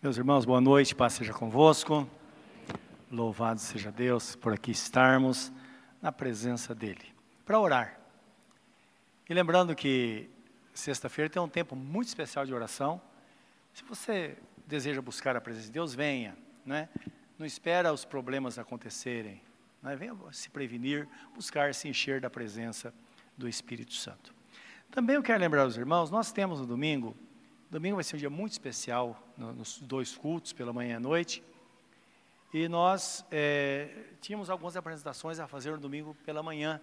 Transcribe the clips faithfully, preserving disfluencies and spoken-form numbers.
Meus irmãos, boa noite, paz seja convosco. Louvado seja Deus por aqui estarmos na presença dEle, para orar. E lembrando que sexta-feira tem um tempo muito especial de oração. Se você deseja buscar a presença de Deus, venha, né? Não espera os problemas acontecerem, né? Venha se prevenir, buscar se encher da presença do Espírito Santo. Também eu quero lembrar os irmãos, nós temos no domingo, domingo vai ser um dia muito especial, no, nos dois cultos, pela manhã e à noite, e nós é, tínhamos algumas apresentações a fazer no domingo pela manhã,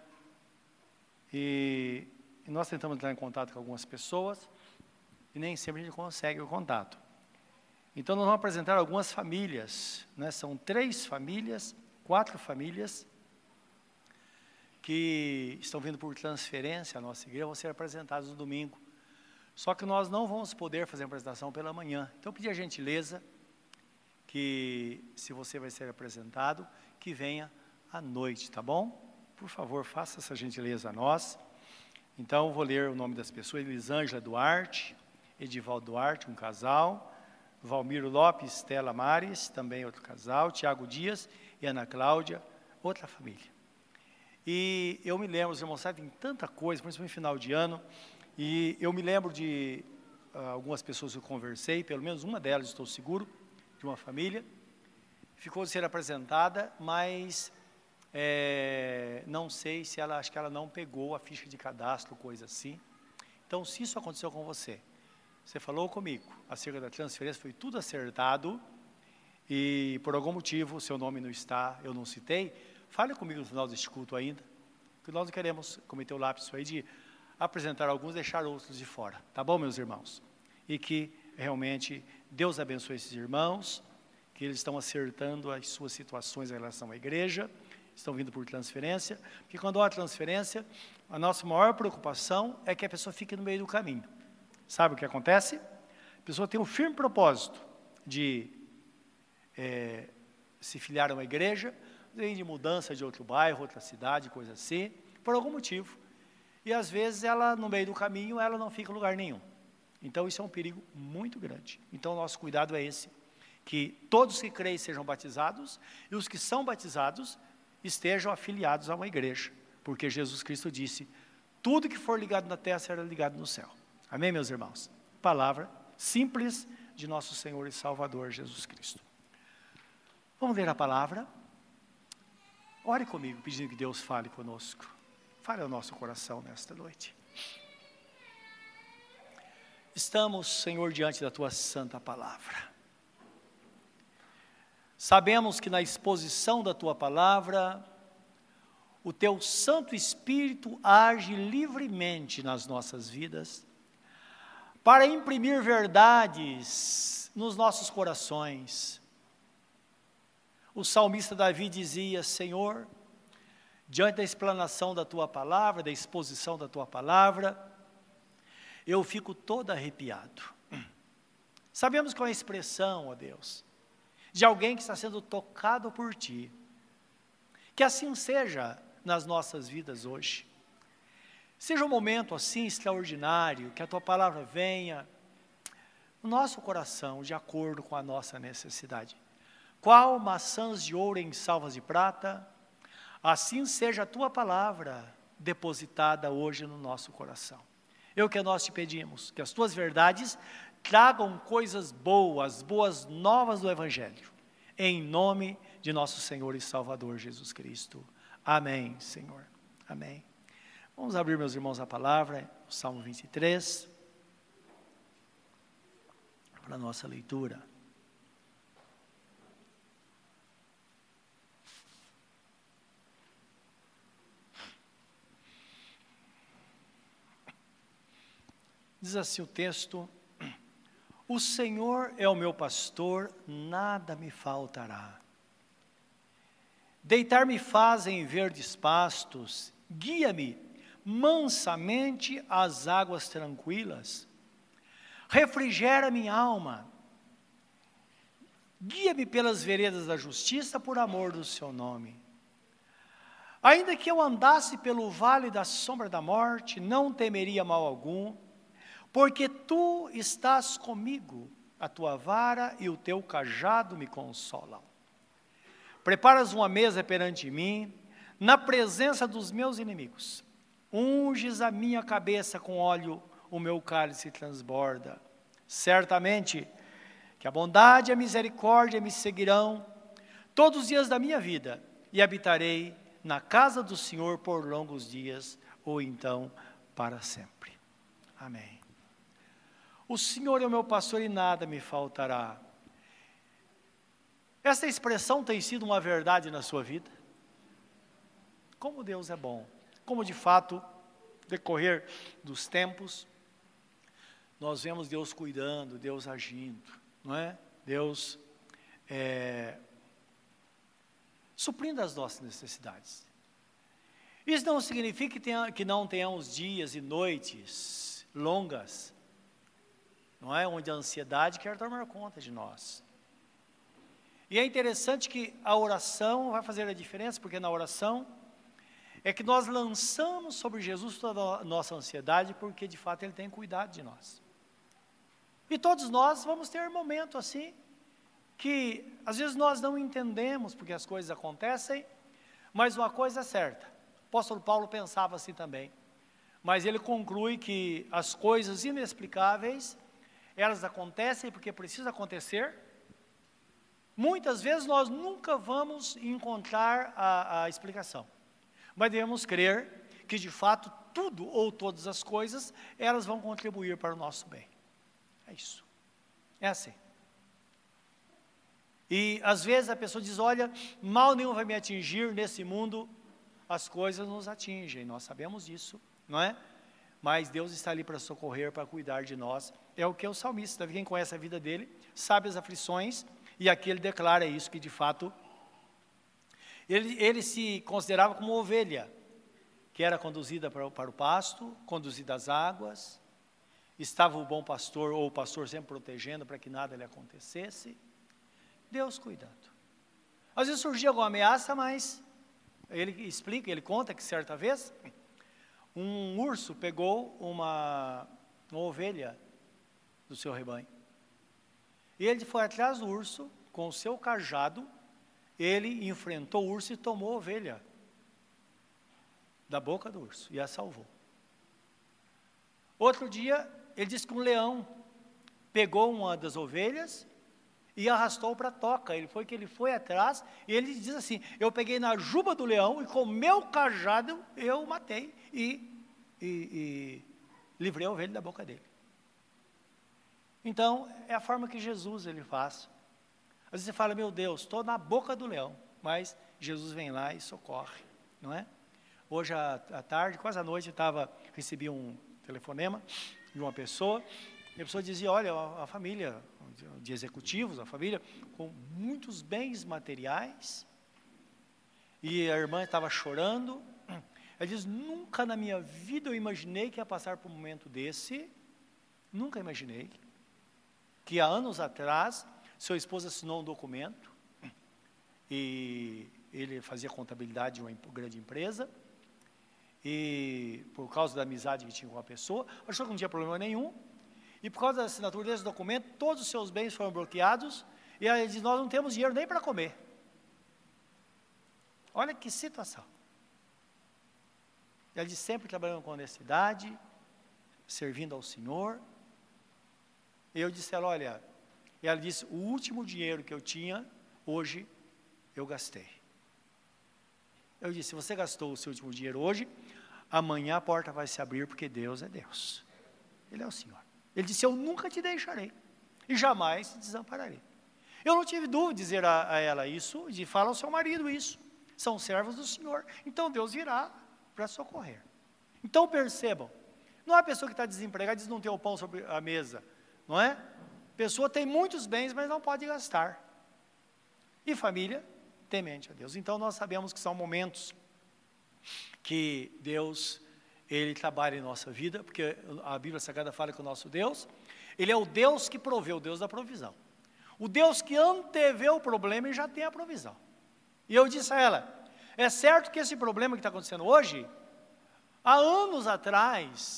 e, e nós tentamos entrar em contato com algumas pessoas, e nem sempre a gente consegue o contato. Então nós vamos apresentar algumas famílias, né? São três famílias, quatro famílias, que estão vindo por transferência à nossa igreja, vão ser apresentados no domingo. Só que nós não vamos poder fazer a apresentação pela manhã. Então eu pedi a gentileza que, se você vai ser apresentado, que venha à noite, tá bom? Por favor, faça essa gentileza a nós. Então eu vou ler o nome das pessoas: Elisângela Duarte, Edivaldo Duarte, um casal, Valmiro Lopes, Estela Mares, também outro casal, Tiago Dias e Ana Cláudia, outra família. E eu me lembro, os irmãos sabem, tem tanta coisa, principalmente no final de ano, e eu me lembro de uh, algumas pessoas que eu conversei, pelo menos uma delas, estou seguro, de uma família, ficou de ser apresentada, mas é, não sei se ela, acho que ela não pegou a ficha de cadastro, coisa assim. Então, se isso aconteceu com você, você falou comigo, acerca da transferência, foi tudo acertado, e por algum motivo o seu nome não está, eu não citei, fale comigo no final deste culto ainda, porque nós não queremos cometer o lapso aí de apresentar alguns e deixar outros de fora, tá bom, meus irmãos? E que realmente Deus abençoe esses irmãos, que eles estão acertando as suas situações em relação à igreja, estão vindo por transferência, porque quando há transferência, a nossa maior preocupação é que a pessoa fique no meio do caminho. Sabe o que acontece? A pessoa tem um firme propósito de é, se filiar a uma igreja, de mudança de outro bairro, outra cidade, coisa assim, por algum motivo. E às vezes ela, no meio do caminho, ela não fica em lugar nenhum. Então isso é um perigo muito grande. Então o nosso cuidado é esse, que todos que creem sejam batizados, e os que são batizados estejam afiliados a uma igreja, porque Jesus Cristo disse, tudo que for ligado na terra será ligado no céu. Amém, meus irmãos? Palavra simples de nosso Senhor e Salvador Jesus Cristo. Vamos ler a palavra. Ore comigo, pedindo que Deus fale conosco. Fale ao nosso coração nesta noite. Estamos, Senhor, diante da Tua santa palavra. Sabemos que na exposição da Tua palavra, o Teu Santo Espírito age livremente nas nossas vidas, para imprimir verdades nos nossos corações. O salmista Davi dizia, Senhor, diante da explanação da Tua palavra, da exposição da Tua palavra, eu fico todo arrepiado. Sabemos que é uma expressão, ó Deus, de alguém que está sendo tocado por Ti. Que assim seja nas nossas vidas hoje. Seja um momento assim extraordinário, que a Tua palavra venha no nosso coração, de acordo com a nossa necessidade. Qual maçãs de ouro em salvas de prata, assim seja a Tua palavra depositada hoje no nosso coração. É o que nós Te pedimos, que as Tuas verdades tragam coisas boas, boas novas do Evangelho, em nome de nosso Senhor e Salvador Jesus Cristo. Amém, Senhor. Amém. Vamos abrir, meus irmãos, a palavra, o Salmo vinte e três, para a nossa leitura. Diz assim o texto, o Senhor é o meu pastor, nada me faltará. Deitar-me faz em verdes pastos, guia-me mansamente às águas tranquilas. Refrigera minha alma, guia-me pelas veredas da justiça por amor do seu nome. Ainda que eu andasse pelo vale da sombra da morte, não temeria mal algum, porque Tu estás comigo, a tua vara e o teu cajado me consolam. Preparas uma mesa perante mim, na presença dos meus inimigos. Unges a minha cabeça com óleo, o meu cálice transborda. Certamente que a bondade e a misericórdia me seguirão todos os dias da minha vida, e habitarei na casa do Senhor por longos dias, ou então para sempre. Amém. O Senhor é o meu pastor e nada me faltará. Essa expressão tem sido uma verdade na sua vida? Como Deus é bom, como de fato, decorrer dos tempos, nós vemos Deus cuidando, Deus agindo, não é? Deus é, suprindo as nossas necessidades. Isso não significa que, tenha, que não tenhamos dias e noites longas, não é? Onde a ansiedade quer tomar conta de nós. E é interessante que a oração vai fazer a diferença, porque na oração é que nós lançamos sobre Jesus toda a nossa ansiedade, porque de fato Ele tem cuidado de nós. E todos nós vamos ter momentos assim, que às vezes nós não entendemos porque as coisas acontecem, mas uma coisa é certa, o apóstolo Paulo pensava assim também, mas ele conclui que as coisas inexplicáveis, elas acontecem porque precisa acontecer. Muitas vezes nós nunca vamos encontrar a, a explicação, mas devemos crer que de fato tudo ou todas as coisas, elas vão contribuir para o nosso bem. É isso, é assim. E às vezes a pessoa diz, olha, mal nenhum vai me atingir nesse mundo, as coisas nos atingem, nós sabemos disso, não é? Mas Deus está ali para socorrer, para cuidar de nós, é o que é o salmista, quem conhece a vida dele, sabe as aflições, e aqui ele declara isso, que de fato, ele, ele se considerava como ovelha, que era conduzida para, para o pasto, conduzida às águas, estava o bom pastor, ou o pastor sempre protegendo para que nada lhe acontecesse, Deus cuidando. Às vezes surgia alguma ameaça, mas ele explica, ele conta que certa vez, um urso pegou uma, uma ovelha do seu rebanho. E ele foi atrás do urso, com o seu cajado, ele enfrentou o urso e tomou a ovelha da boca do urso, e a salvou. Outro dia, ele disse que um leão pegou uma das ovelhas e arrastou para a toca. Ele foi que ele foi atrás, e ele diz assim, eu peguei na juba do leão, e com o meu cajado, eu matei, e, e, e livrei a ovelha da boca dele. Então, é a forma que Jesus ele faz. Às vezes você fala, meu Deus, estou na boca do leão, mas Jesus vem lá e socorre, não é? Hoje à, à tarde, quase à noite, eu tava, recebi um telefonema de uma pessoa, e a pessoa dizia, olha, a, a família de executivos, a família com muitos bens materiais, e a irmã estava chorando, ela diz, nunca na minha vida eu imaginei que ia passar por um momento desse, nunca imaginei, que há anos atrás, sua esposa assinou um documento, e ele fazia contabilidade de uma grande empresa, e por causa da amizade que tinha com a pessoa, achou que não tinha problema nenhum, e por causa da assinatura desse documento, todos os seus bens foram bloqueados, e ele diz, nós não temos dinheiro nem para comer. Olha que situação. Ele diz, sempre trabalhando com honestidade, servindo ao Senhor. E eu disse a ela, olha, e ela disse, o último dinheiro que eu tinha, hoje, eu gastei. Eu disse, se você gastou o seu último dinheiro hoje, amanhã a porta vai se abrir, porque Deus é Deus. Ele é o Senhor. Ele disse, eu nunca te deixarei, e jamais te desampararei. Eu não tive dúvida de dizer a, a ela isso, de falar ao seu marido isso. São servos do Senhor, então Deus virá para socorrer. Então percebam, não é a pessoa que está desempregada, diz não tem o pão sobre a mesa, não é? A pessoa tem muitos bens, mas não pode gastar. E família, temente a Deus. Então nós sabemos que são momentos que Deus, Ele trabalha em nossa vida, porque a Bíblia Sagrada fala que o nosso Deus, Ele é o Deus que provê, o Deus da provisão. O Deus que antevê o problema e já tem a provisão. E eu disse a ela, é certo que esse problema que está acontecendo hoje, há anos atrás,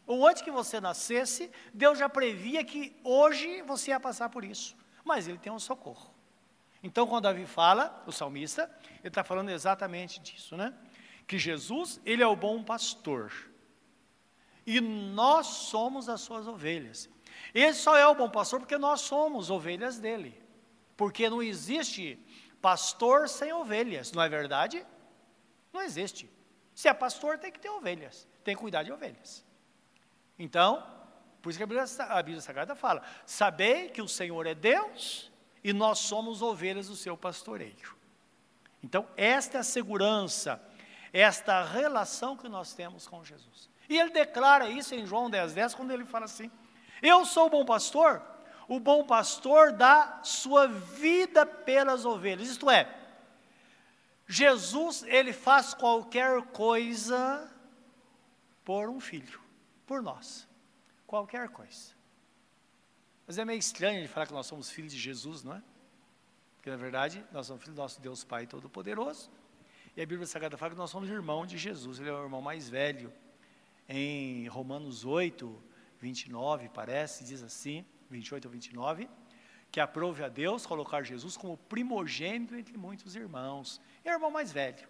ou antes que você nascesse, Deus já previa que hoje você ia passar por isso, mas Ele tem um socorro. Então, quando Davi fala, o salmista, ele está falando exatamente disso, né? Que Jesus, Ele é o bom pastor, e nós somos as suas ovelhas. Ele só é o bom pastor porque nós somos ovelhas dele, porque não existe pastor sem ovelhas, não é verdade? Não existe. Se é pastor, tem que ter ovelhas, tem que cuidar de ovelhas. Então, por isso que a Bíblia, a Bíblia Sagrada fala, sabei que o Senhor é Deus, e nós somos ovelhas do seu pastoreio. Então, esta é a segurança, esta relação que nós temos com Jesus. E ele declara isso em João dez, dez, quando ele fala assim, eu sou o bom pastor, o bom pastor dá sua vida pelas ovelhas. Isto é, Jesus, ele faz qualquer coisa por um filho, por nós, qualquer coisa. Mas é meio estranho de falar que nós somos filhos de Jesus, não é? Porque, na verdade, nós somos filhos do nosso Deus Pai Todo-Poderoso, e a Bíblia Sagrada fala que nós somos irmãos de Jesus, ele é o irmão mais velho. Em Romanos oito, vinte e nove, parece, diz assim, vinte e oito ou vinte e nove, que aprove a Deus colocar Jesus como primogênito entre muitos irmãos. É o irmão mais velho.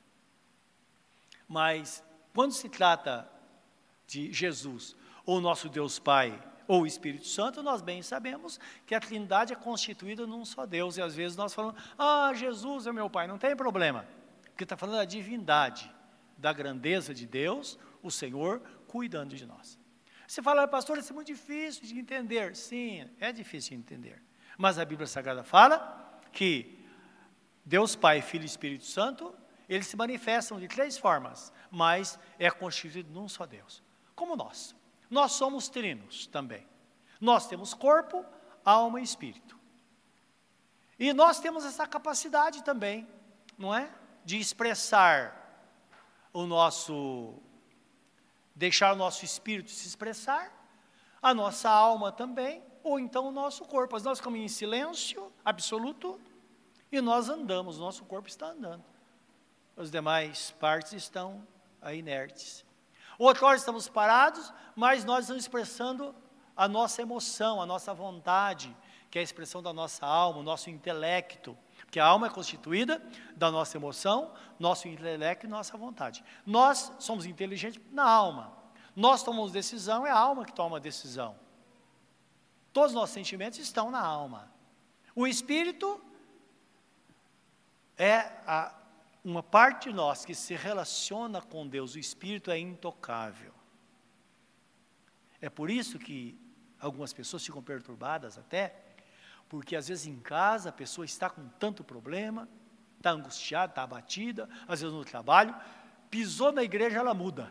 Mas, quando se trata de Jesus, ou nosso Deus Pai, ou o Espírito Santo, nós bem sabemos que a Trindade é constituída num só Deus, e às vezes nós falamos, ah, Jesus é meu Pai, não tem problema, porque está falando da divindade, da grandeza de Deus, o Senhor cuidando de nós. Você fala, pastor, isso é muito difícil de entender. Sim, é difícil de entender, mas a Bíblia Sagrada fala que Deus Pai, Filho e Espírito Santo, eles se manifestam de três formas, mas é constituído num só Deus, como nós. Nós somos trinos também. Nós temos corpo, alma e espírito. E nós temos essa capacidade também, não é? De expressar o nosso, deixar o nosso espírito se expressar, a nossa alma também, ou então o nosso corpo. Mas nós ficamos em silêncio absoluto e nós andamos, o nosso corpo está andando. As demais partes estão aí inertes. Outra hora estamos parados, mas nós estamos expressando a nossa emoção, a nossa vontade, que é a expressão da nossa alma, o nosso intelecto, porque a alma é constituída da nossa emoção, nosso intelecto e nossa vontade. Nós somos inteligentes na alma, nós tomamos decisão, é a alma que toma a decisão. Todos os nossos sentimentos estão na alma. O espírito é a uma parte de nós que se relaciona com Deus, o Espírito é intocável. É por isso que algumas pessoas ficam perturbadas até, porque às vezes em casa a pessoa está com tanto problema, está angustiada, está abatida, às vezes no trabalho, pisou na igreja, ela muda.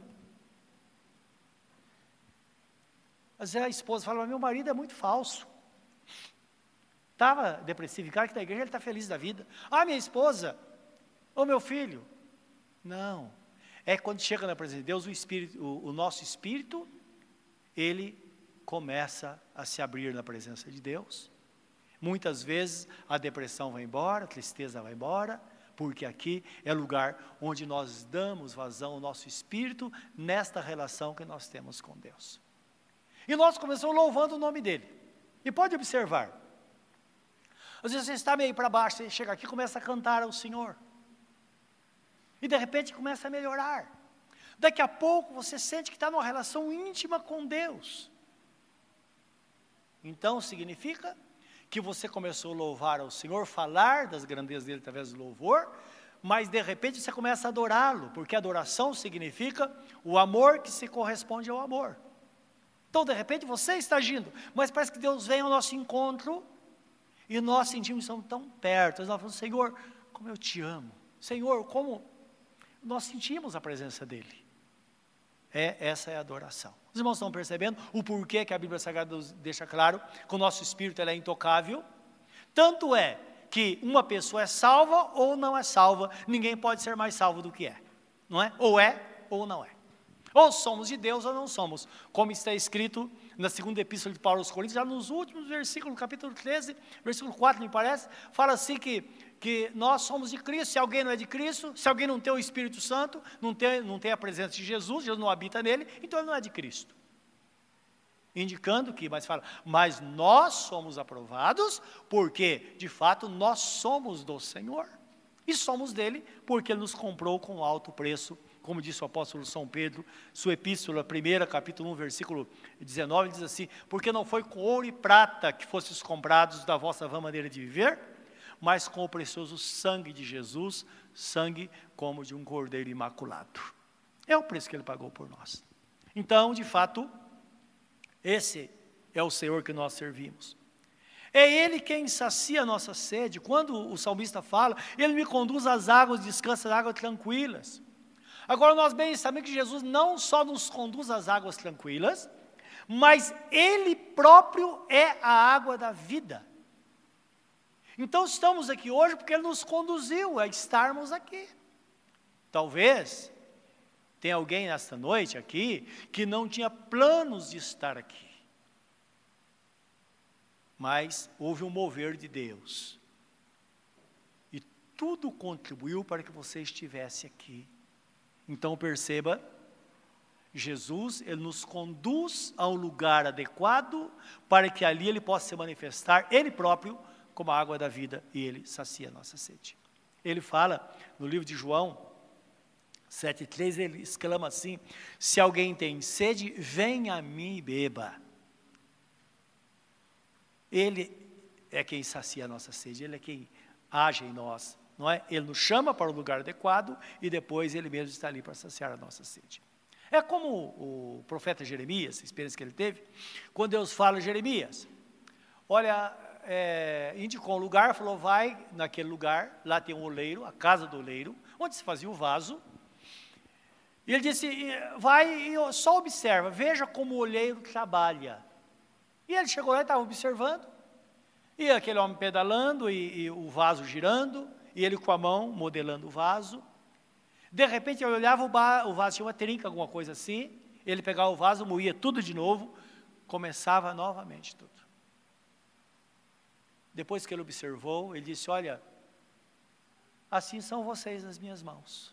Às vezes a esposa fala, meu marido é muito falso. Estava depressivo, e cara que na igreja ele está feliz da vida. Ah, minha esposa... Ô meu filho, não, é quando chega na presença de Deus, o, espírito, o, o nosso espírito, ele começa a se abrir na presença de Deus. Muitas vezes a depressão vai embora, a tristeza vai embora, porque aqui é lugar onde nós damos vazão ao nosso espírito, nesta relação que nós temos com Deus. E nós começamos louvando o nome dele, e pode observar, às vezes você está meio para baixo, você chega aqui e começa a cantar ao Senhor, e de repente começa a melhorar. Daqui a pouco você sente que está numa relação íntima com Deus. Então significa que você começou a louvar ao Senhor, falar das grandezas dele através do louvor, mas de repente você começa a adorá-lo, porque adoração significa o amor que se corresponde ao amor. Então de repente você está agindo, mas parece que Deus vem ao nosso encontro, e nós sentimos que estamos tão perto, nós falamos, Senhor, como eu te amo, Senhor, como... nós sentimos a presença dele. É, essa é a adoração. Os irmãos estão percebendo o porquê que a Bíblia Sagrada deixa claro que o nosso espírito ele é intocável? Tanto é que uma pessoa é salva ou não é salva, ninguém pode ser mais salvo do que é, não é? Ou é ou não é. Ou somos de Deus ou não somos, como está escrito na segunda epístola de Paulo aos Coríntios, já nos últimos versículos, capítulo treze, versículo quatro, me parece, fala assim que, que nós somos de Cristo. Se alguém não é de Cristo, se alguém não tem o Espírito Santo, não tem, não tem a presença de Jesus, Jesus não habita nele, então ele não é de Cristo. indicando que, mas fala, mas nós somos aprovados, porque, de fato, nós somos do Senhor, e somos dele, porque ele nos comprou com alto preço, como disse o apóstolo São Pedro, sua epístola primeira, capítulo um, versículo dezenove, diz assim, porque não foi com ouro e prata que fostes comprados da vossa vã maneira de viver, mas com o precioso sangue de Jesus, sangue como de um cordeiro imaculado. É o preço que ele pagou por nós. Então, de fato, esse é o Senhor que nós servimos. É Ele quem sacia a nossa sede. Quando o salmista fala, Ele me conduz às águas, descansa às águas tranquilas. Agora, nós bem sabemos que Jesus não só nos conduz às águas tranquilas, mas Ele próprio é a água da vida. Então, estamos aqui hoje porque Ele nos conduziu a estarmos aqui. Talvez tenha alguém nesta noite aqui que não tinha planos de estar aqui. Mas houve um mover de Deus. E tudo contribuiu para que você estivesse aqui. Então perceba, Jesus, Ele nos conduz a um lugar adequado para que ali Ele possa se manifestar, Ele próprio, como a água da vida, e Ele sacia a nossa sede. Ele fala no livro de João sete, três, ele exclama assim, se alguém tem sede, venha a mim e beba. Ele é quem sacia a nossa sede, Ele é quem age em nós, não é? Ele nos chama para o lugar adequado e depois Ele mesmo está ali para saciar a nossa sede. É como o profeta Jeremias, a experiência que ele teve, quando Deus fala, Jeremias, olha, é, indicou um lugar, falou, vai naquele lugar, lá tem um oleiro, a casa do oleiro, onde se fazia o vaso, e ele disse, vai e só observa, veja como o oleiro trabalha. E ele chegou lá e estava observando, e aquele homem pedalando, e, e o vaso girando, e ele com a mão modelando o vaso. De repente, ele olhava, o, ba, o vaso tinha uma trinca, alguma coisa assim, ele pegava o vaso, moía tudo de novo, começava novamente tudo. Depois que ele observou, ele disse, olha, assim são vocês nas minhas mãos.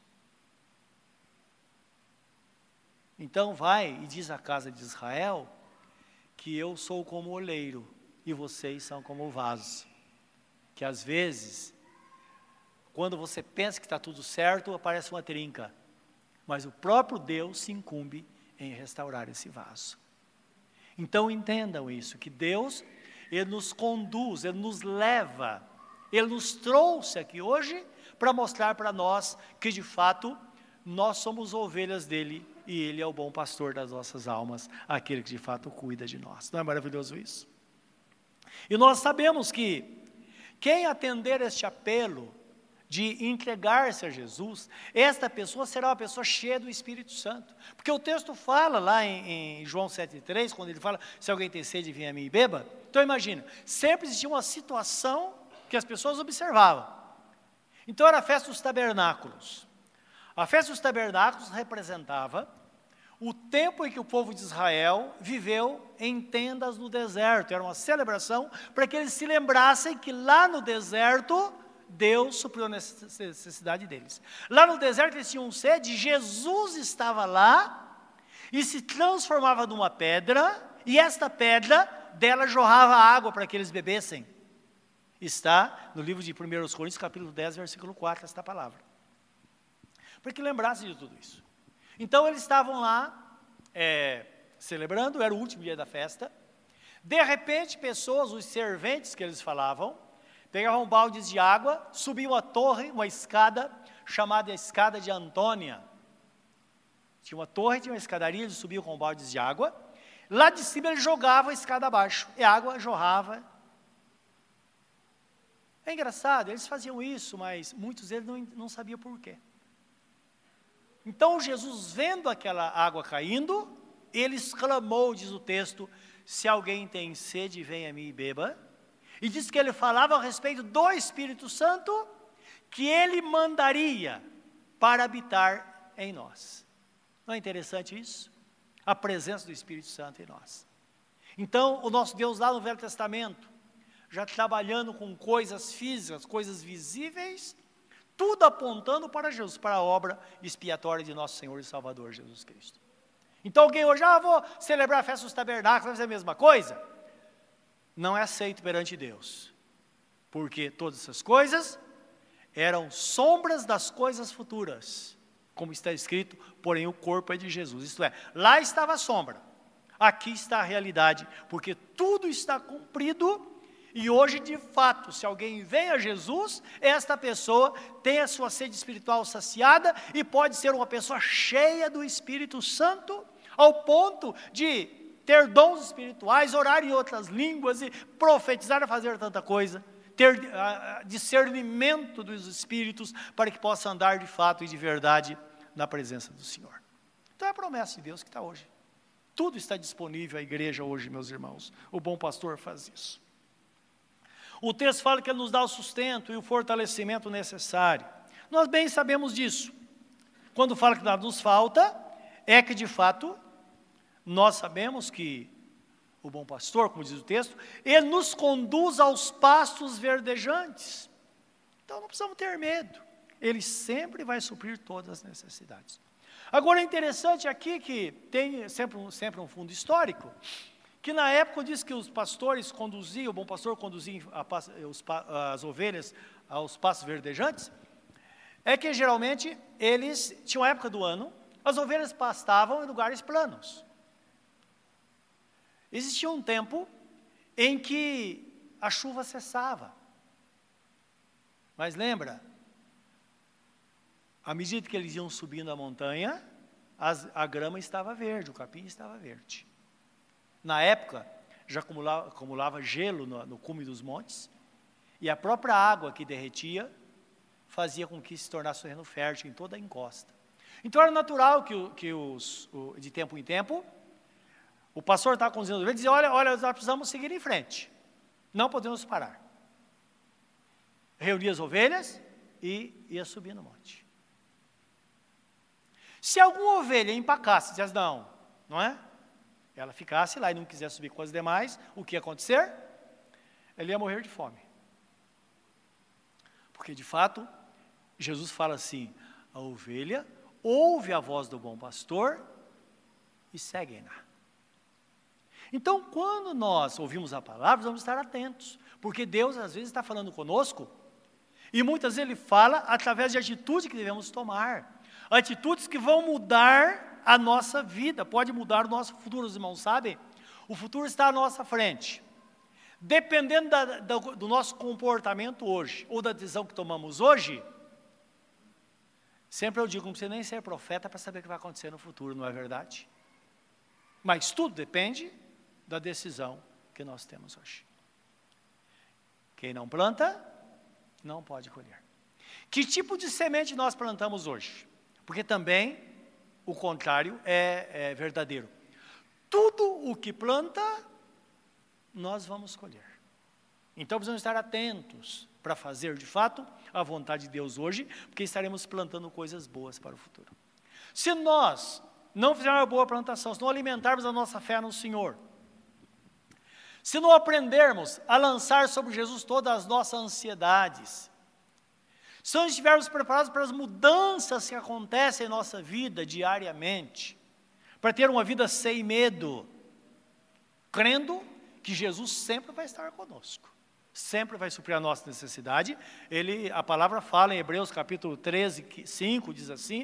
Então vai e diz à casa de Israel, que eu sou como o oleiro, e vocês são como o vaso. Que às vezes, quando você pensa que está tudo certo, aparece uma trinca. Mas o próprio Deus se incumbe em restaurar esse vaso. Então entendam isso, que Deus, Ele nos conduz, Ele nos leva, Ele nos trouxe aqui hoje, para mostrar para nós que de fato, nós somos ovelhas dEle, e Ele é o bom pastor das nossas almas, aquele que de fato cuida de nós. Não é maravilhoso isso? E nós sabemos que quem atender este apelo de entregar-se a Jesus, esta pessoa será uma pessoa cheia do Espírito Santo. Porque o texto fala lá em, em João sete, três, quando ele fala, se alguém tem sede, venha a mim e beba. Então imagina, sempre existia uma situação que as pessoas observavam. Então era a festa dos tabernáculos. A festa dos tabernáculos representava o tempo em que o povo de Israel viveu em tendas no deserto. Era uma celebração para que eles se lembrassem que lá no deserto, Deus supriu a necessidade deles. Lá no deserto eles tinham sede, Jesus estava lá e se transformava numa pedra, e esta pedra, dela jorrava água para que eles bebessem. Está no livro de primeira Coríntios, capítulo dez, versículo quatro, esta palavra. Para que lembrassem de tudo isso. Então eles estavam lá, é, celebrando, era o último dia da festa. De repente, pessoas, os serventes que eles falavam, pegavam baldes de água, subiam a torre, uma escada, chamada escada de Antônia. Tinha uma torre, tinha uma escadaria, eles subiam com baldes de água. Lá de cima eles jogavam a escada abaixo, e a água jorrava. É engraçado, eles faziam isso, mas muitos deles não, não sabiam por quê. Então Jesus, vendo aquela água caindo, ele exclamou, diz o texto, se alguém tem sede, venha a mim e beba. E diz que ele falava a respeito do Espírito Santo, que ele mandaria para habitar em nós. Não é interessante isso? A presença do Espírito Santo em nós. Então, o nosso Deus lá no Velho Testamento, já trabalhando com coisas físicas, coisas visíveis, tudo apontando para Jesus, para a obra expiatória de nosso Senhor e Salvador Jesus Cristo. Então alguém hoje, ah, vou celebrar a festa dos tabernáculos, vai fazer a mesma coisa? Não é aceito perante Deus. Porque todas essas coisas eram sombras das coisas futuras. Como está escrito, porém o corpo é de Jesus. Isto é, lá estava a sombra, aqui está a realidade, porque tudo está cumprido. E hoje, de fato, se alguém vem a Jesus, esta pessoa tem a sua sede espiritual saciada e pode ser uma pessoa cheia do Espírito Santo, ao ponto de ter dons espirituais, orar em outras línguas e profetizar, a fazer tanta coisa, ter uh, discernimento dos Espíritos para que possa andar de fato e de verdade na presença do Senhor. Então é a promessa de Deus que está hoje. Tudo está disponível à igreja hoje, meus irmãos. O bom pastor faz isso. O texto fala que Ele nos dá o sustento e o fortalecimento necessário. Nós bem sabemos disso. Quando fala que nada nos falta, é que de fato, nós sabemos que o bom pastor, como diz o texto, Ele nos conduz aos pastos verdejantes. Então não precisamos ter medo. Ele sempre vai suprir todas as necessidades. Agora é interessante aqui que tem sempre um, sempre um fundo histórico, que na época diz que os pastores conduziam, o bom pastor conduzia as ovelhas aos pastos verdejantes, é que geralmente eles tinham época do ano, as ovelhas pastavam em lugares planos. Existia um tempo em que a chuva cessava. Mas lembra, à medida que eles iam subindo a montanha, as, a grama estava verde, o capim estava verde. Na época, já acumulava, acumulava gelo no, no cume dos montes, e a própria água que derretia fazia com que se tornasse terreno fértil em toda a encosta. Então era natural que, que os, o, de tempo em tempo, o pastor estava conduzindo as ovelhas e dizia, olha, olha, nós precisamos seguir em frente, não podemos parar. Reunia as ovelhas e ia subir no monte. Se alguma ovelha empacasse, dizia, não, não é? Ela ficasse lá e não quisesse subir com as demais, o que ia acontecer? Ele ia morrer de fome. Porque, de fato, Jesus fala assim, a ovelha ouve a voz do bom pastor e segue-na. Então, quando nós ouvimos a palavra, vamos estar atentos, porque Deus, às vezes, está falando conosco, e muitas vezes Ele fala através de atitudes que devemos tomar, atitudes que vão mudar a nossa vida, pode mudar o nosso futuro, os irmãos sabem? O futuro está à nossa frente. Dependendo da, da, do nosso comportamento hoje, ou da decisão que tomamos hoje, sempre eu digo, não precisa nem ser profeta para saber o que vai acontecer no futuro, não é verdade? Mas tudo depende da decisão que nós temos hoje. Quem não planta, não pode colher. Que tipo de semente nós plantamos hoje? Porque também o contrário é, é verdadeiro. Tudo o que planta, nós vamos colher. Então precisamos estar atentos para fazer de fato a vontade de Deus hoje, porque estaremos plantando coisas boas para o futuro. Se nós não fizermos uma boa plantação, se não alimentarmos a nossa fé no Senhor, se não aprendermos a lançar sobre Jesus todas as nossas ansiedades, se não estivermos preparados para as mudanças que acontecem em nossa vida diariamente, para ter uma vida sem medo, crendo que Jesus sempre vai estar conosco, sempre vai suprir a nossa necessidade. Ele, a palavra fala em Hebreus capítulo treze, cinco, diz assim,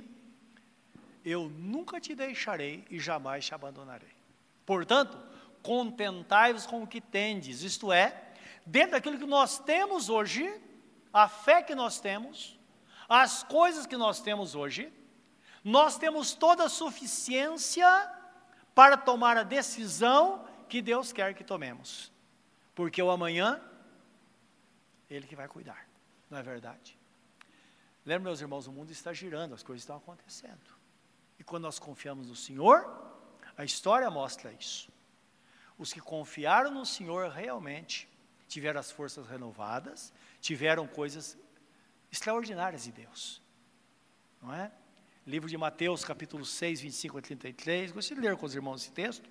eu nunca te deixarei e jamais te abandonarei. Portanto, contentai-vos com o que tendes, isto é, dentro daquilo que nós temos hoje, a fé que nós temos, as coisas que nós temos hoje, nós temos toda a suficiência para tomar a decisão que Deus quer que tomemos. Porque o amanhã, Ele que vai cuidar, não é verdade? Lembra, meus irmãos, o mundo está girando, as coisas estão acontecendo. E quando nós confiamos no Senhor, a história mostra isso. Os que confiaram no Senhor realmente tiveram as forças renovadas, tiveram coisas extraordinárias de Deus, não é? Livro de Mateus, capítulo seis, vinte e cinco a trinta e três, gostaria de ler com os irmãos esse texto,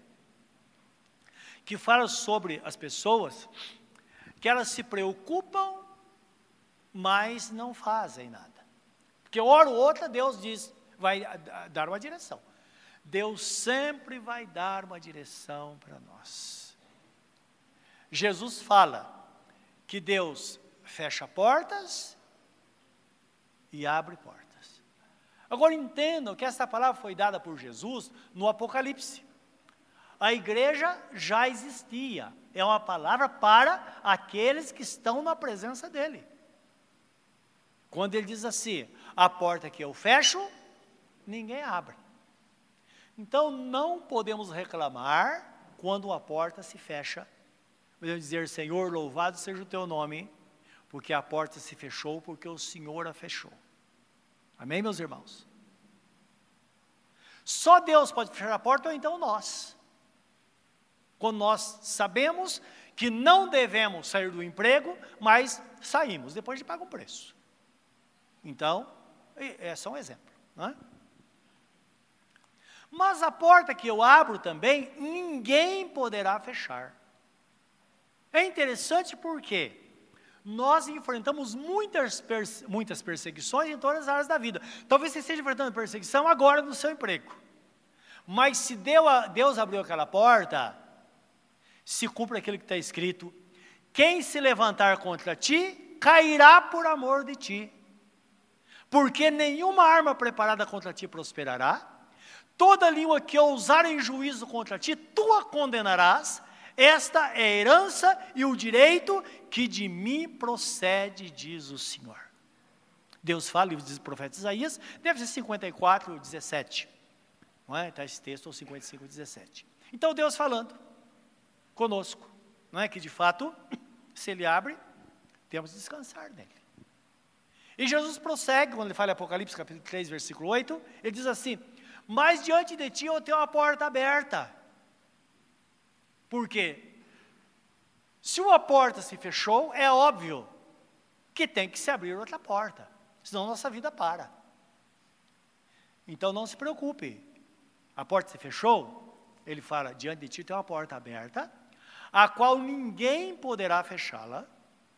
que fala sobre as pessoas que elas se preocupam, mas não fazem nada. Porque hora ou outra Deus diz, vai dar uma direção. Deus sempre vai dar uma direção para nós. Jesus fala que Deus fecha portas e abre portas. Agora entendam que essa palavra foi dada por Jesus no Apocalipse. A igreja já existia. É uma palavra para aqueles que estão na presença dele. Quando ele diz assim, a porta que eu fecho, ninguém abre. Então não podemos reclamar quando a porta se fecha. Podemos dizer, Senhor, louvado seja o teu nome, porque a porta se fechou, porque o Senhor a fechou. Amém, meus irmãos? Só Deus pode fechar a porta, ou então nós. Quando nós sabemos que não devemos sair do emprego, mas saímos, depois de pagar um preço. Então, é só um exemplo, não é? Mas a porta que eu abro também, ninguém poderá fechar. É interessante porque nós enfrentamos muitas, perse- muitas perseguições em todas as áreas da vida. Talvez você esteja enfrentando perseguição agora no seu emprego. Mas se Deus, Deus abriu aquela porta, se cumpre aquilo que está escrito, quem se levantar contra ti, cairá por amor de ti. Porque nenhuma arma preparada contra ti prosperará. Toda língua que ousar em juízo contra ti, tu a condenarás. Esta é a herança e o direito que de mim procede, diz o Senhor. Deus fala, livro do profeta Isaías, deve ser cinquenta e quatro, dezessete. Não é? Está esse texto, ou cinquenta e cinco, dezessete. Então Deus falando conosco, não é? Que de fato, se Ele abre, temos que descansar nele. E Jesus prossegue, quando ele fala em Apocalipse, capítulo três, versículo oito, ele diz assim, mas diante de ti eu tenho uma porta aberta. Por quê? Se uma porta se fechou, é óbvio que tem que se abrir outra porta, senão nossa vida para. Então não se preocupe, a porta se fechou, ele fala, diante de ti tem uma porta aberta, a qual ninguém poderá fechá-la.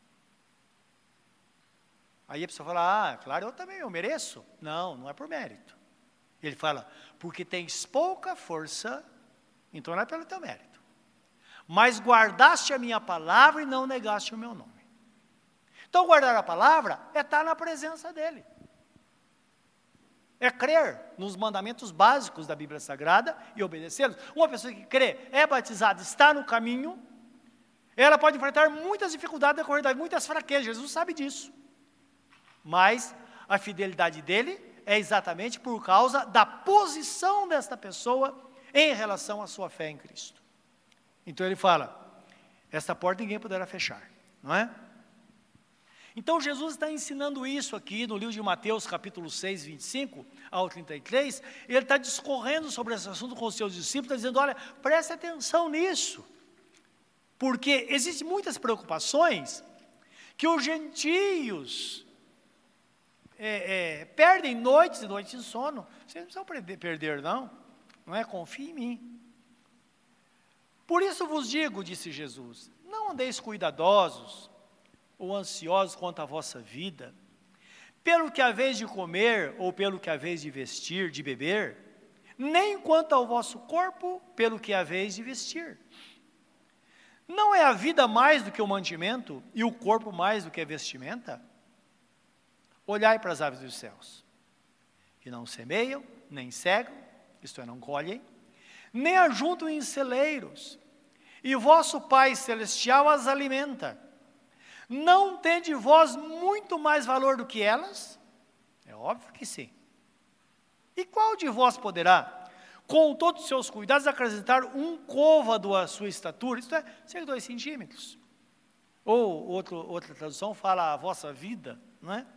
Aí a pessoa fala, ah, claro, eu também, eu mereço. Não, não é por mérito. Ele fala, porque tens pouca força, então não é pelo teu mérito. Mas guardaste a minha palavra e não negaste o meu nome. Então guardar a palavra é estar na presença dele. É crer nos mandamentos básicos da Bíblia Sagrada e obedecê-los. Uma pessoa que crê, é batizada, está no caminho, ela pode enfrentar muitas dificuldades, decorrer de muitas fraquezas, Jesus sabe disso. Mas a fidelidade dele é exatamente por causa da posição desta pessoa em relação à sua fé em Cristo. Então ele fala, esta porta ninguém poderá fechar, não é? Então Jesus está ensinando isso aqui no livro de Mateus, capítulo seis, vinte e cinco ao trinta e três, ele está discorrendo sobre esse assunto com os seus discípulos, está dizendo, olha, preste atenção nisso, porque existem muitas preocupações que os gentios é, é, perdem noites e noites de sono. Vocês não precisam perder, perder não, não é? Confie em mim. Por isso vos digo, disse Jesus, não andeis cuidadosos ou ansiosos quanto à vossa vida, pelo que haveis de comer ou pelo que haveis de vestir, de beber, nem quanto ao vosso corpo, pelo que haveis de vestir. Não é a vida mais do que o mantimento e o corpo mais do que a vestimenta? Olhai para as aves dos céus, que não semeiam, nem cegam, isto é, não colhem, nem ajuntam em celeiros, e vosso Pai Celestial as alimenta. Não tende vós muito mais valor do que elas? É óbvio que sim. E qual de vós poderá, com todos os seus cuidados, acrescentar um côvado à sua estatura? Isto é, cerca de dois centímetros. Ou outro, outra tradução fala a vossa vida, não é?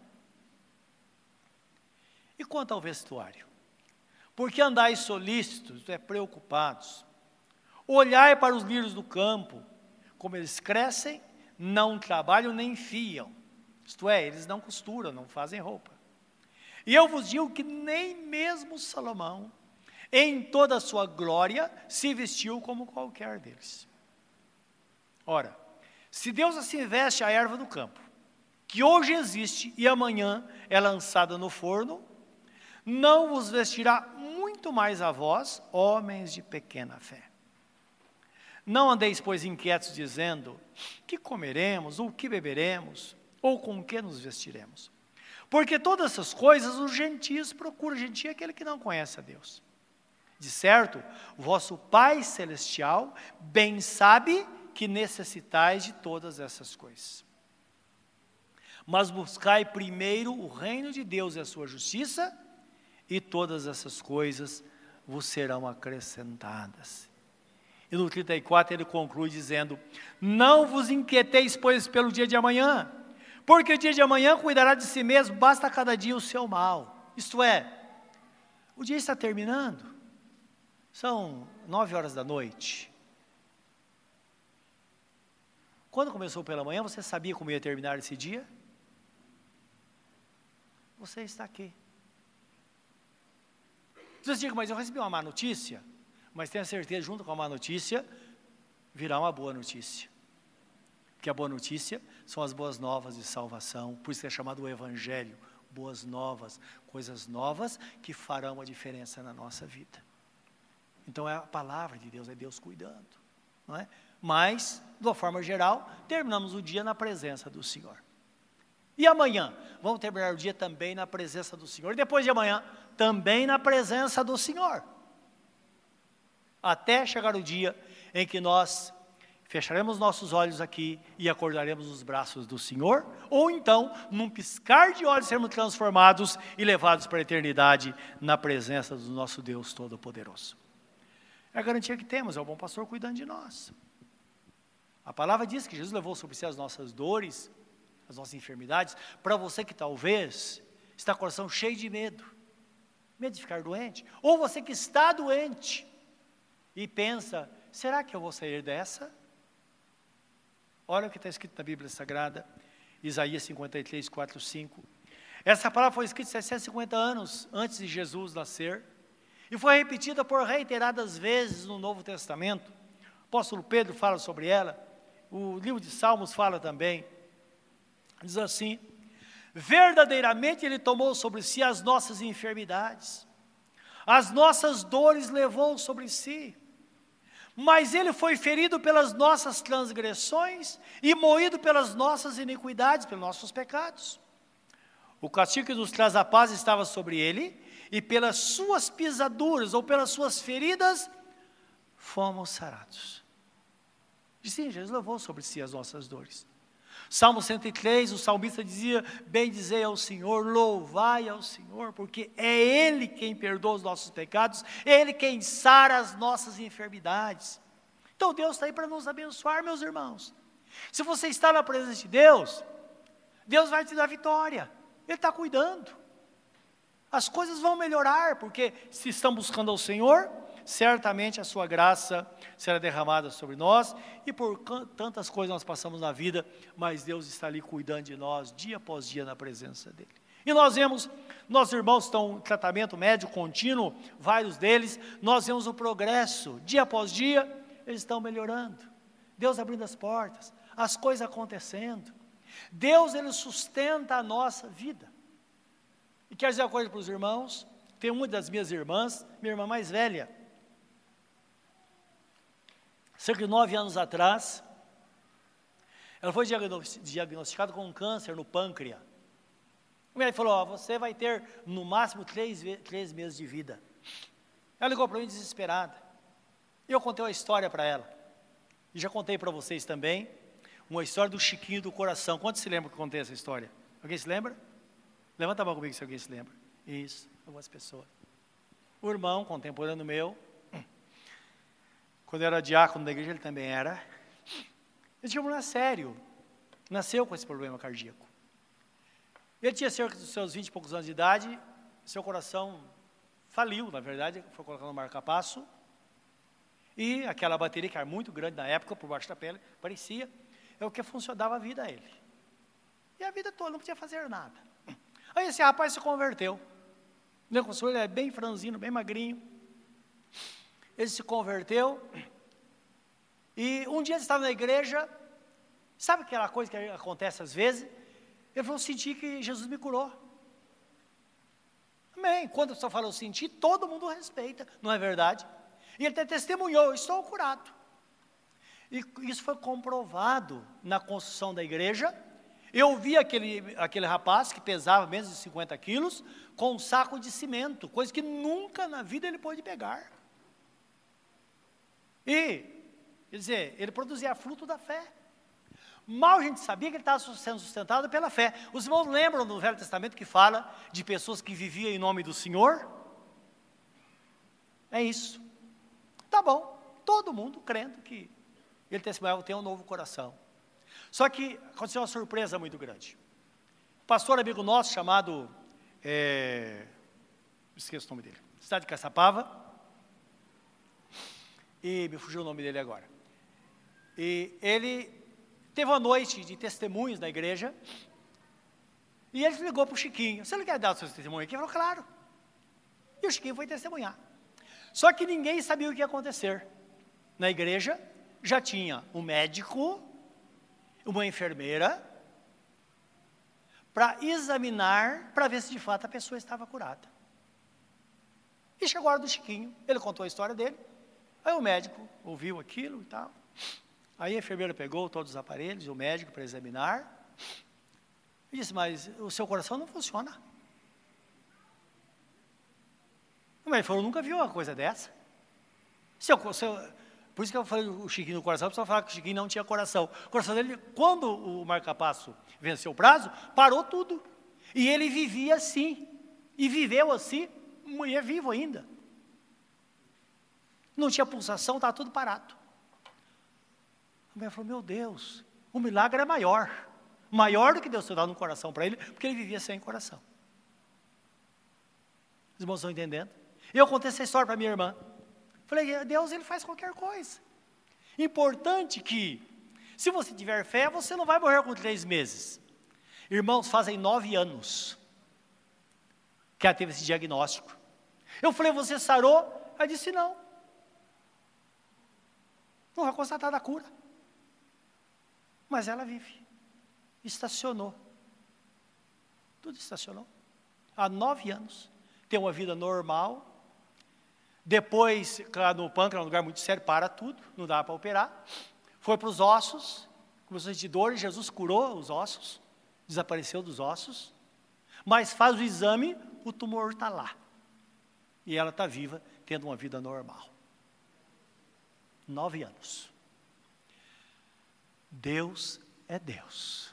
E quanto ao vestuário? Porque andais solícitos, isto é, preocupados. Olhai para os lírios do campo, como eles crescem, não trabalham nem fiam. Isto é, eles não costuram, não fazem roupa. E eu vos digo que nem mesmo Salomão, em toda a sua glória, se vestiu como qualquer deles. Ora, se Deus assim veste a erva do campo, que hoje existe e amanhã é lançada no forno, não vos vestirá muito muito mais a vós, homens de pequena fé. Não andeis, pois, inquietos, dizendo, que comeremos, ou que beberemos, ou com que nos vestiremos? Porque todas essas coisas os gentios procuram. Gentio é aquele que não conhece a Deus. De certo, o vosso Pai Celestial bem sabe que necessitais de todas essas coisas. Mas buscai primeiro o reino de Deus e a sua justiça, e todas essas coisas vos serão acrescentadas. E no trinta e quatro ele conclui dizendo, não vos inquieteis, pois, pelo dia de amanhã, porque o dia de amanhã cuidará de si mesmo, basta cada dia o seu mal. Isto é, o dia está terminando, são nove horas da noite. Quando começou pela manhã, você sabia como ia terminar esse dia? Você está aqui. Você diz, mas eu recebi uma má notícia. Mas tenha certeza, junto com a má notícia, virá uma boa notícia. Porque a boa notícia são as boas novas de salvação. Por isso que é chamado o Evangelho. Boas novas, coisas novas que farão a diferença na nossa vida. Então é a palavra de Deus, é Deus cuidando. Não é? Mas, de uma forma geral, terminamos o dia na presença do Senhor. E amanhã? Vamos terminar o dia também na presença do Senhor. E depois de amanhã, também na presença do Senhor. Até chegar o dia em que nós fecharemos nossos olhos aqui e acordaremos nos braços do Senhor, ou então, num piscar de olhos, sermos transformados e levados para a eternidade na presença do nosso Deus Todo-Poderoso. É a garantia que temos, é o bom pastor cuidando de nós. A palavra diz que Jesus levou sobre si as nossas dores, as nossas enfermidades. Para você que talvez está com o coração cheio de medo, medo de ficar doente, ou você que está doente, e pensa, será que eu vou sair dessa? Olha o que está escrito na Bíblia Sagrada, Isaías cinquenta e três, quatro, cinco. Essa palavra foi escrita setecentos e cinquenta anos antes de Jesus nascer, e foi repetida por reiteradas vezes no Novo Testamento. O apóstolo Pedro fala sobre ela, o livro de Salmos fala também, diz assim, verdadeiramente Ele tomou sobre si as nossas enfermidades, as nossas dores levou sobre si, mas Ele foi ferido pelas nossas transgressões e moído pelas nossas iniquidades, pelos nossos pecados. O castigo que nos traz a paz estava sobre Ele, e pelas suas pisaduras, ou pelas suas feridas, fomos sarados. E sim, Jesus levou sobre si as nossas dores. Salmo cento e três, o salmista dizia, bendizei ao Senhor, louvai ao Senhor, porque é Ele quem perdoa os nossos pecados, é Ele quem sara as nossas enfermidades. Então Deus está aí para nos abençoar, meus irmãos. Se você está na presença de Deus, Deus vai te dar vitória, Ele está cuidando. As coisas vão melhorar, porque se estamos buscando ao Senhor, certamente a sua graça será derramada sobre nós, e por tantas coisas nós passamos na vida, mas Deus está ali cuidando de nós, dia após dia na presença dEle. E nós vemos, nossos irmãos estão em tratamento médico contínuo, vários deles, nós vemos o progresso, dia após dia, eles estão melhorando, Deus abrindo as portas, as coisas acontecendo, Deus Ele sustenta a nossa vida. E quero dizer uma coisa para os irmãos, tem uma das minhas irmãs, minha irmã mais velha, cerca de nove anos atrás, ela foi diagnosticada com um câncer no pâncreas. O médico falou, ó, você vai ter no máximo três, três meses de vida. Ela ligou para mim desesperada. E eu contei uma história para ela. E já contei para vocês também, uma história do Chiquinho do Coração. Quantos se lembram que eu contei essa história? Alguém se lembra? Levanta a mão comigo se alguém se lembra. Isso, algumas pessoas. O irmão, contemporâneo meu, quando eu era diácono da igreja, ele também era. Ele tinha um problema sério. Nasceu com esse problema cardíaco. Ele tinha cerca dos seus vinte e poucos anos de idade, seu coração faliu, na verdade, foi colocado no marca-passo, e aquela bateria, que era muito grande na época, por baixo da pele, parecia, é o que funcionava a vida a ele. E a vida toda, não podia fazer nada. Aí esse rapaz se converteu. Ele é bem franzino, bem magrinho. Ele se converteu, e um dia ele estava na igreja, sabe aquela coisa que acontece às vezes? Ele falou, senti que Jesus me curou. Amém. Quando a pessoa fala eu senti, todo mundo respeita, não é verdade? E ele até testemunhou, estou curado. E isso foi comprovado na construção da igreja. Eu vi aquele, aquele rapaz que pesava menos de cinquenta quilos, com um saco de cimento, coisa que nunca na vida ele pôde pegar. E, quer dizer, ele produzia fruto da fé. Mal a gente sabia que ele estava sendo sustentado pela fé. Os irmãos lembram do Velho Testamento que fala de pessoas que viviam em nome do Senhor? É isso. Tá bom, todo mundo crendo que ele testemunhava ter um novo coração. Só que aconteceu uma surpresa muito grande. Um pastor amigo nosso chamado, é, esqueço o nome dele, cidade de Caçapava, e me fugiu o nome dele agora. E ele teve uma noite de testemunhos na igreja, e ele ligou para o Chiquinho, você não quer dar o seu testemunho aqui? Ele falou, claro. E o Chiquinho foi testemunhar. Só que ninguém sabia o que ia acontecer. Na igreja já tinha um médico, uma enfermeira, para examinar, para ver se de fato a pessoa estava curada. E chegou a hora do Chiquinho, ele contou a história dele, aí o médico ouviu aquilo e tal, aí a enfermeira pegou todos os aparelhos, o médico para examinar, e disse, mas o seu coração não funciona. O médico falou, nunca viu uma coisa dessa. Seu, seu, por isso que eu falei o Chiquinho no coração, a pessoa fala que o Chiquinho não tinha coração. O coração dele, quando o marca-passo venceu o prazo, parou tudo. E ele vivia assim, e viveu assim, e é vivo ainda. Não tinha pulsação, estava tudo parado. O médico falou, meu Deus, o milagre é maior. Maior do que Deus ter dado um coração para ele, porque ele vivia sem coração. Os irmãos estão entendendo? Eu contei essa história para minha irmã. Falei, Deus, ele faz qualquer coisa. Importante que, se você tiver fé, você não vai morrer com três meses. Irmãos, fazem nove anos que ela teve esse diagnóstico. Eu falei, você sarou? Ela disse, não. Não vai constatar a cura. Mas ela vive. Estacionou. Tudo estacionou. Há nove anos. Tem uma vida normal. Depois, no pâncreas, é um lugar muito sério, para tudo, não dá para operar. Foi para os ossos, começou a sentir dor, e Jesus curou os ossos, desapareceu dos ossos. Mas faz o exame, o tumor está lá. E ela está viva, tendo uma vida normal. Nove anos. Deus é Deus.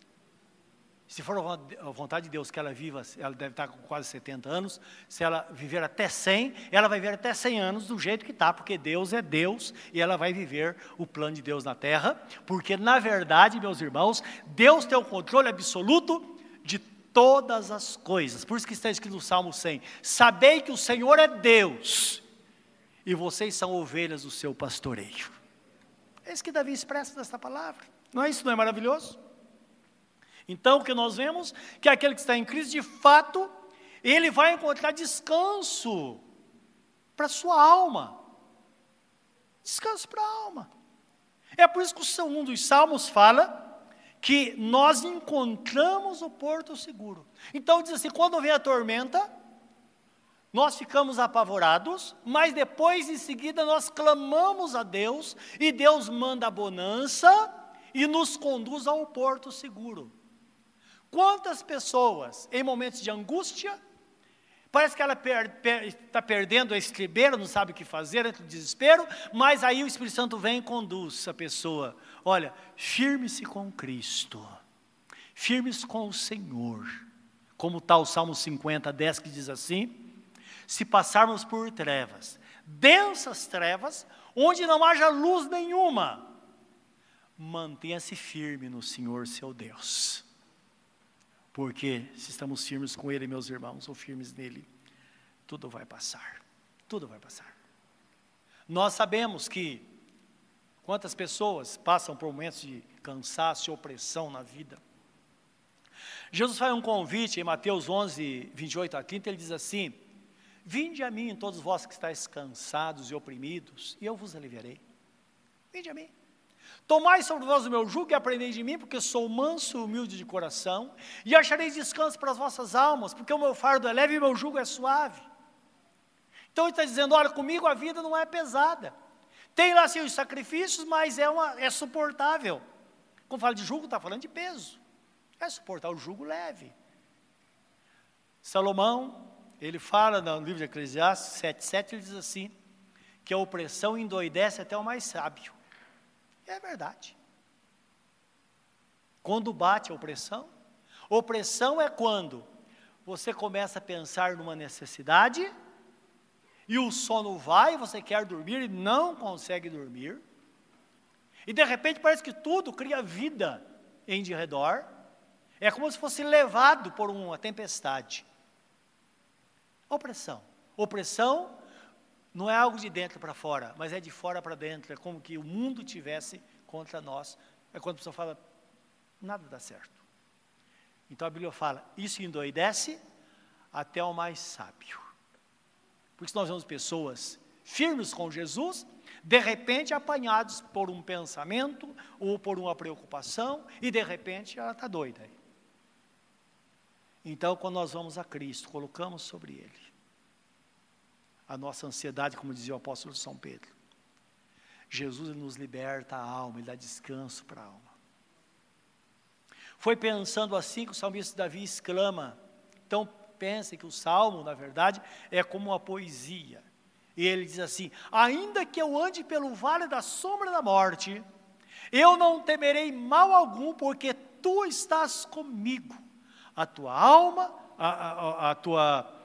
Se for a vontade de Deus que ela viva, ela deve estar com quase setenta anos, se ela viver até cem, ela vai viver até cem anos do jeito que está, porque Deus é Deus, e ela vai viver o plano de Deus na terra, porque na verdade, meus irmãos, Deus tem o controle absoluto de todas as coisas. Por isso que está escrito no Salmo cem, sabei que o Senhor é Deus, e vocês são ovelhas do seu pastoreio. É isso que Davi expressa nesta palavra, não é isso, não é maravilhoso? Então, o que nós vemos, que aquele que está em Cristo, de fato, ele vai encontrar descanso para a sua alma. Descanso para a alma. É por isso que um dos salmos fala que nós encontramos o porto seguro. Então, diz assim, quando vem a tormenta, nós ficamos apavorados, mas depois, em seguida, nós clamamos a Deus, e Deus manda a bonança e nos conduz ao porto seguro. Quantas pessoas, em momentos de angústia, parece que ela está per, per, perdendo a estribeira, não sabe o que fazer, entra no desespero, mas aí o Espírito Santo vem e conduz a pessoa. Olha, firme-se com Cristo, firme-se com o Senhor. Como está o Salmo cinquenta, dez, que diz assim, se passarmos por trevas, densas trevas, onde não haja luz nenhuma, mantenha-se firme no Senhor seu Deus. Porque se estamos firmes com Ele, meus irmãos, ou firmes nele, tudo vai passar, tudo vai passar. Nós sabemos que quantas pessoas passam por momentos de cansaço e opressão na vida. Jesus faz um convite em Mateus onze, vinte e oito a trinta, ele diz assim, vinde a mim todos vós que estáis cansados e oprimidos, e eu vos aliviarei. Vinde a mim. Tomai sobre vós o meu jugo e aprendei de mim, porque sou manso e humilde de coração, e achareis descanso para as vossas almas, porque o meu fardo é leve e o meu jugo é suave. Então ele está dizendo, olha, comigo a vida não é pesada. Tem lá seus sacrifícios, mas é, uma, é suportável. Quando fala de jugo, está falando de peso. É suportar o jugo leve. Salomão, ele fala no livro de Eclesiastes sete, sete, ele diz assim, que a opressão endoidece até o mais sábio. É verdade. Quando bate a opressão, opressão é quando você começa a pensar numa necessidade, e o sono vai, você quer dormir e não consegue dormir, e de repente parece que tudo cria vida em de redor, é como se fosse levado por uma tempestade. Opressão. Opressão não é algo de dentro para fora, mas é de fora para dentro, é como que o mundo tivesse contra nós. É quando a pessoa fala, nada dá certo. Então a Bíblia fala, isso endoidece até o mais sábio. Por isso nós vemos pessoas firmes com Jesus, de repente apanhados por um pensamento ou por uma preocupação, e de repente ela está doida. Então quando nós vamos a Cristo, colocamos sobre Ele a nossa ansiedade, como dizia o apóstolo São Pedro, Jesus ele nos liberta a alma, Ele dá descanso para a alma. Foi pensando assim que o salmista Davi exclama. Então pensem que o salmo, na verdade, é como uma poesia. E ele diz assim, ainda que eu ande pelo vale da sombra da morte, eu não temerei mal algum, porque Tu estás comigo. A Tua alma, a, a, a Tua...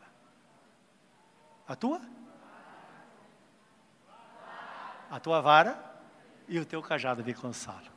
A Tua? A Tua vara e o Teu cajado me consolam.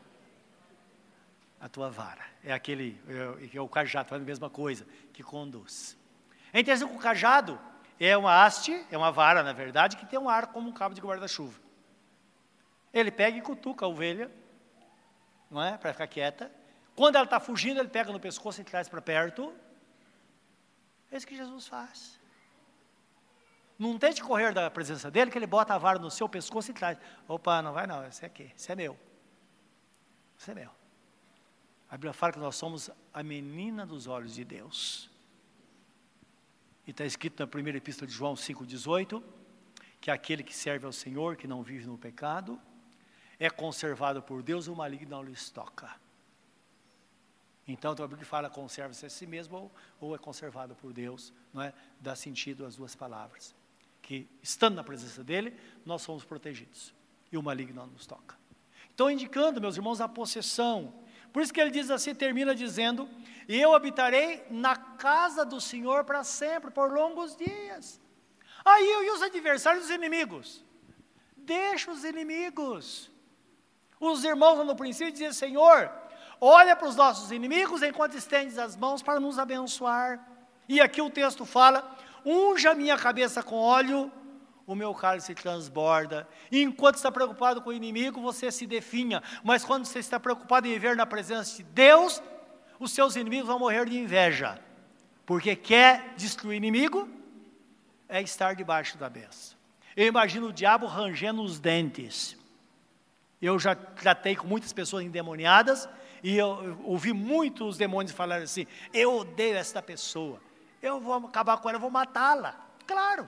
A Tua vara, é aquele, é, é o cajado, faz a mesma coisa, que conduz. É interessante que o cajado é uma haste, é uma vara, na verdade, que tem um arco como um cabo de guarda-chuva. Ele pega e cutuca a ovelha, não é, para ficar quieta. Quando ela está fugindo, ele pega no pescoço e traz para perto. É isso que Jesus faz. Não tente correr da presença dele, que ele bota a vara no seu pescoço e traz. Opa, não vai não, esse é aqui, esse é meu. Esse é meu. A Bíblia fala que nós somos a menina dos olhos de Deus. E está escrito na primeira epístola de João cinco, dezoito, que aquele que serve ao Senhor, que não vive no pecado, é conservado por Deus, o maligno não lhes toca. Então, a Bíblia fala, conserva-se a si mesmo, ou, ou é conservado por Deus, não é? Dá sentido às duas palavras. Que, estando na presença dEle, nós somos protegidos, e o maligno não nos toca. Então, indicando, meus irmãos, a possessão. Por isso que ele diz assim, termina dizendo, e eu habitarei na casa do Senhor para sempre, por longos dias. Aí, e os adversários, os inimigos? Deixa os inimigos. Os irmãos no princípio diziam, Senhor, olha para os nossos inimigos enquanto estendes as mãos para nos abençoar. E aqui o texto fala, unja a minha cabeça com óleo, o meu cálice transborda. E enquanto está preocupado com o inimigo, você se definha. Mas quando você está preocupado em viver na presença de Deus, os seus inimigos vão morrer de inveja. Porque quer destruir o inimigo, é estar debaixo da bênção. Eu imagino o diabo rangendo os dentes. Eu já tratei com muitas pessoas endemoniadas, e eu, eu ouvi muitos demônios falarem assim, eu odeio esta pessoa, eu vou acabar com ela, eu vou matá-la. Claro.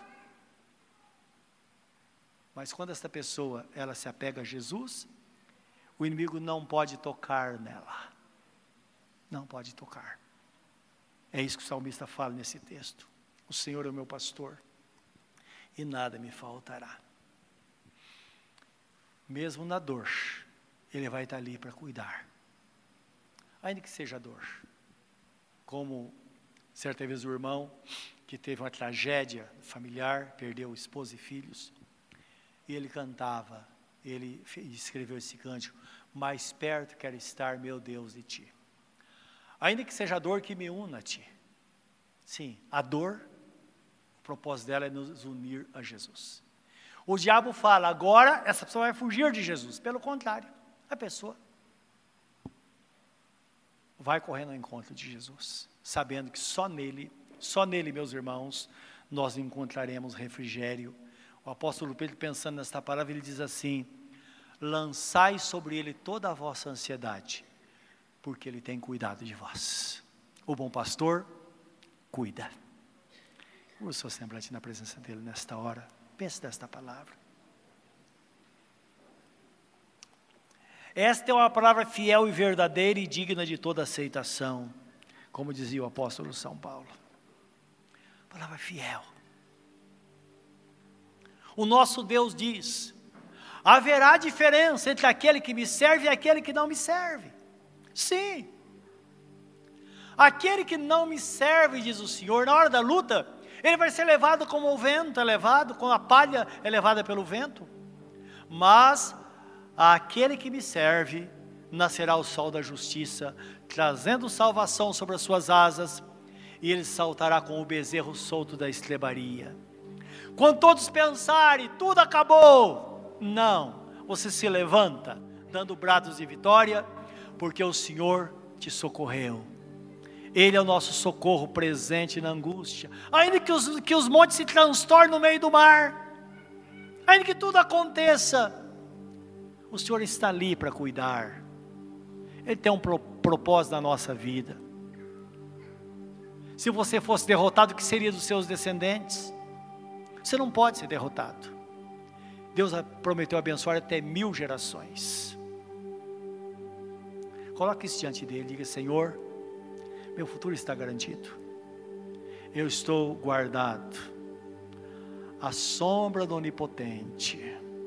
Mas quando esta pessoa, ela se apega a Jesus, o inimigo não pode tocar nela. Não pode tocar. É isso que o salmista fala nesse texto. O Senhor é o meu pastor, e nada me faltará. Mesmo na dor, Ele vai estar ali para cuidar. Ainda que seja dor. Como certa vez o irmão que teve uma tragédia familiar, perdeu esposa e filhos, e ele cantava, ele escreveu esse cântico, mais perto quero estar, meu Deus, de Ti. Ainda que seja a dor que me una a Ti. Sim, a dor, o propósito dela é nos unir a Jesus. O diabo fala, agora essa pessoa vai fugir de Jesus. Pelo contrário, a pessoa vai correndo ao encontro de Jesus, sabendo que só nele, só nele, meus irmãos, nós encontraremos refrigério. O apóstolo Pedro, pensando nesta palavra, ele diz assim, lançai sobre ele toda a vossa ansiedade, porque ele tem cuidado de vós. O bom pastor cuida. O seu semblante na presença dele nesta hora. Pense nesta palavra. Esta é uma palavra fiel e verdadeira e digna de toda aceitação, como dizia o apóstolo São Paulo. Palavra fiel. O nosso Deus diz: haverá diferença entre aquele que me serve e aquele que não me serve. Sim. Aquele que não me serve, diz o Senhor, na hora da luta, ele vai ser levado como o vento é levado, como a palha é levada pelo vento. Mas aquele que me serve, nascerá o sol da justiça, trazendo salvação sobre as suas asas, e ele saltará com o bezerro solto da estrebaria. Quando todos pensarem, tudo acabou, não, você se levanta, dando brados de vitória, porque o Senhor te socorreu. Ele é o nosso socorro presente na angústia. Ainda que os, que os montes se transtornem no meio do mar, ainda que tudo aconteça, o Senhor está ali para cuidar. Ele tem um pro, propósito na nossa vida. Se você fosse derrotado, o que seria dos seus descendentes? Você não pode ser derrotado. Deus prometeu abençoar até mil gerações. Coloque isso diante dele, diga: Senhor, meu futuro está garantido. Eu estou guardado à sombra do Onipotente.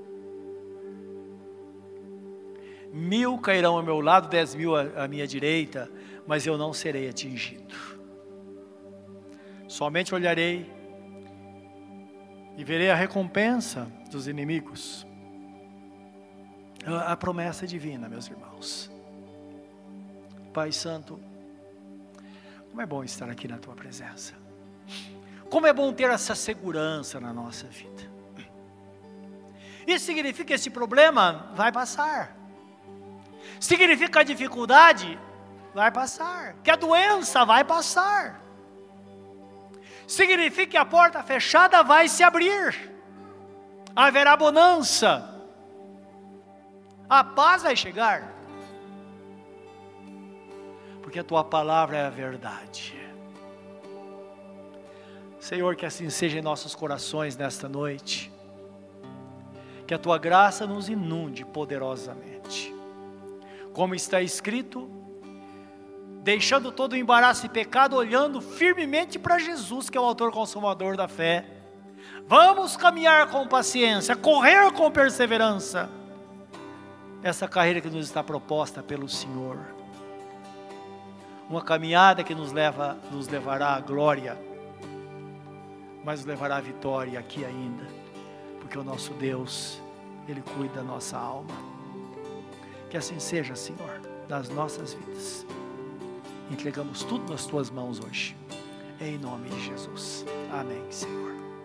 Mil cairão ao meu lado, dez mil à, à minha direita, mas eu não serei atingido. Somente olharei e verei a recompensa dos inimigos. A, a promessa é divina, meus irmãos. Pai Santo, como é bom estar aqui na Tua presença. Como é bom ter essa segurança na nossa vida. Isso significa que esse problema vai passar. Significa que a dificuldade vai passar. Que a doença vai passar. Significa que a porta fechada vai se abrir. Haverá bonança. A paz vai chegar. Porque a Tua palavra é a verdade. Senhor, que assim seja em nossos corações nesta noite. Que a Tua graça nos inunde poderosamente. Como está escrito, deixando todo o embaraço e pecado, olhando firmemente para Jesus, que é o autor e consumador da fé. Vamos caminhar com paciência, correr com perseverança, essa carreira que nos está proposta pelo Senhor. Uma caminhada que nos leva, nos levará à glória, mas nos levará à vitória aqui ainda, porque o nosso Deus, Ele cuida da nossa alma. Que assim seja, Senhor, nas nossas vidas. Entregamos tudo nas Tuas mãos hoje, em nome de Jesus. Amém, Senhor.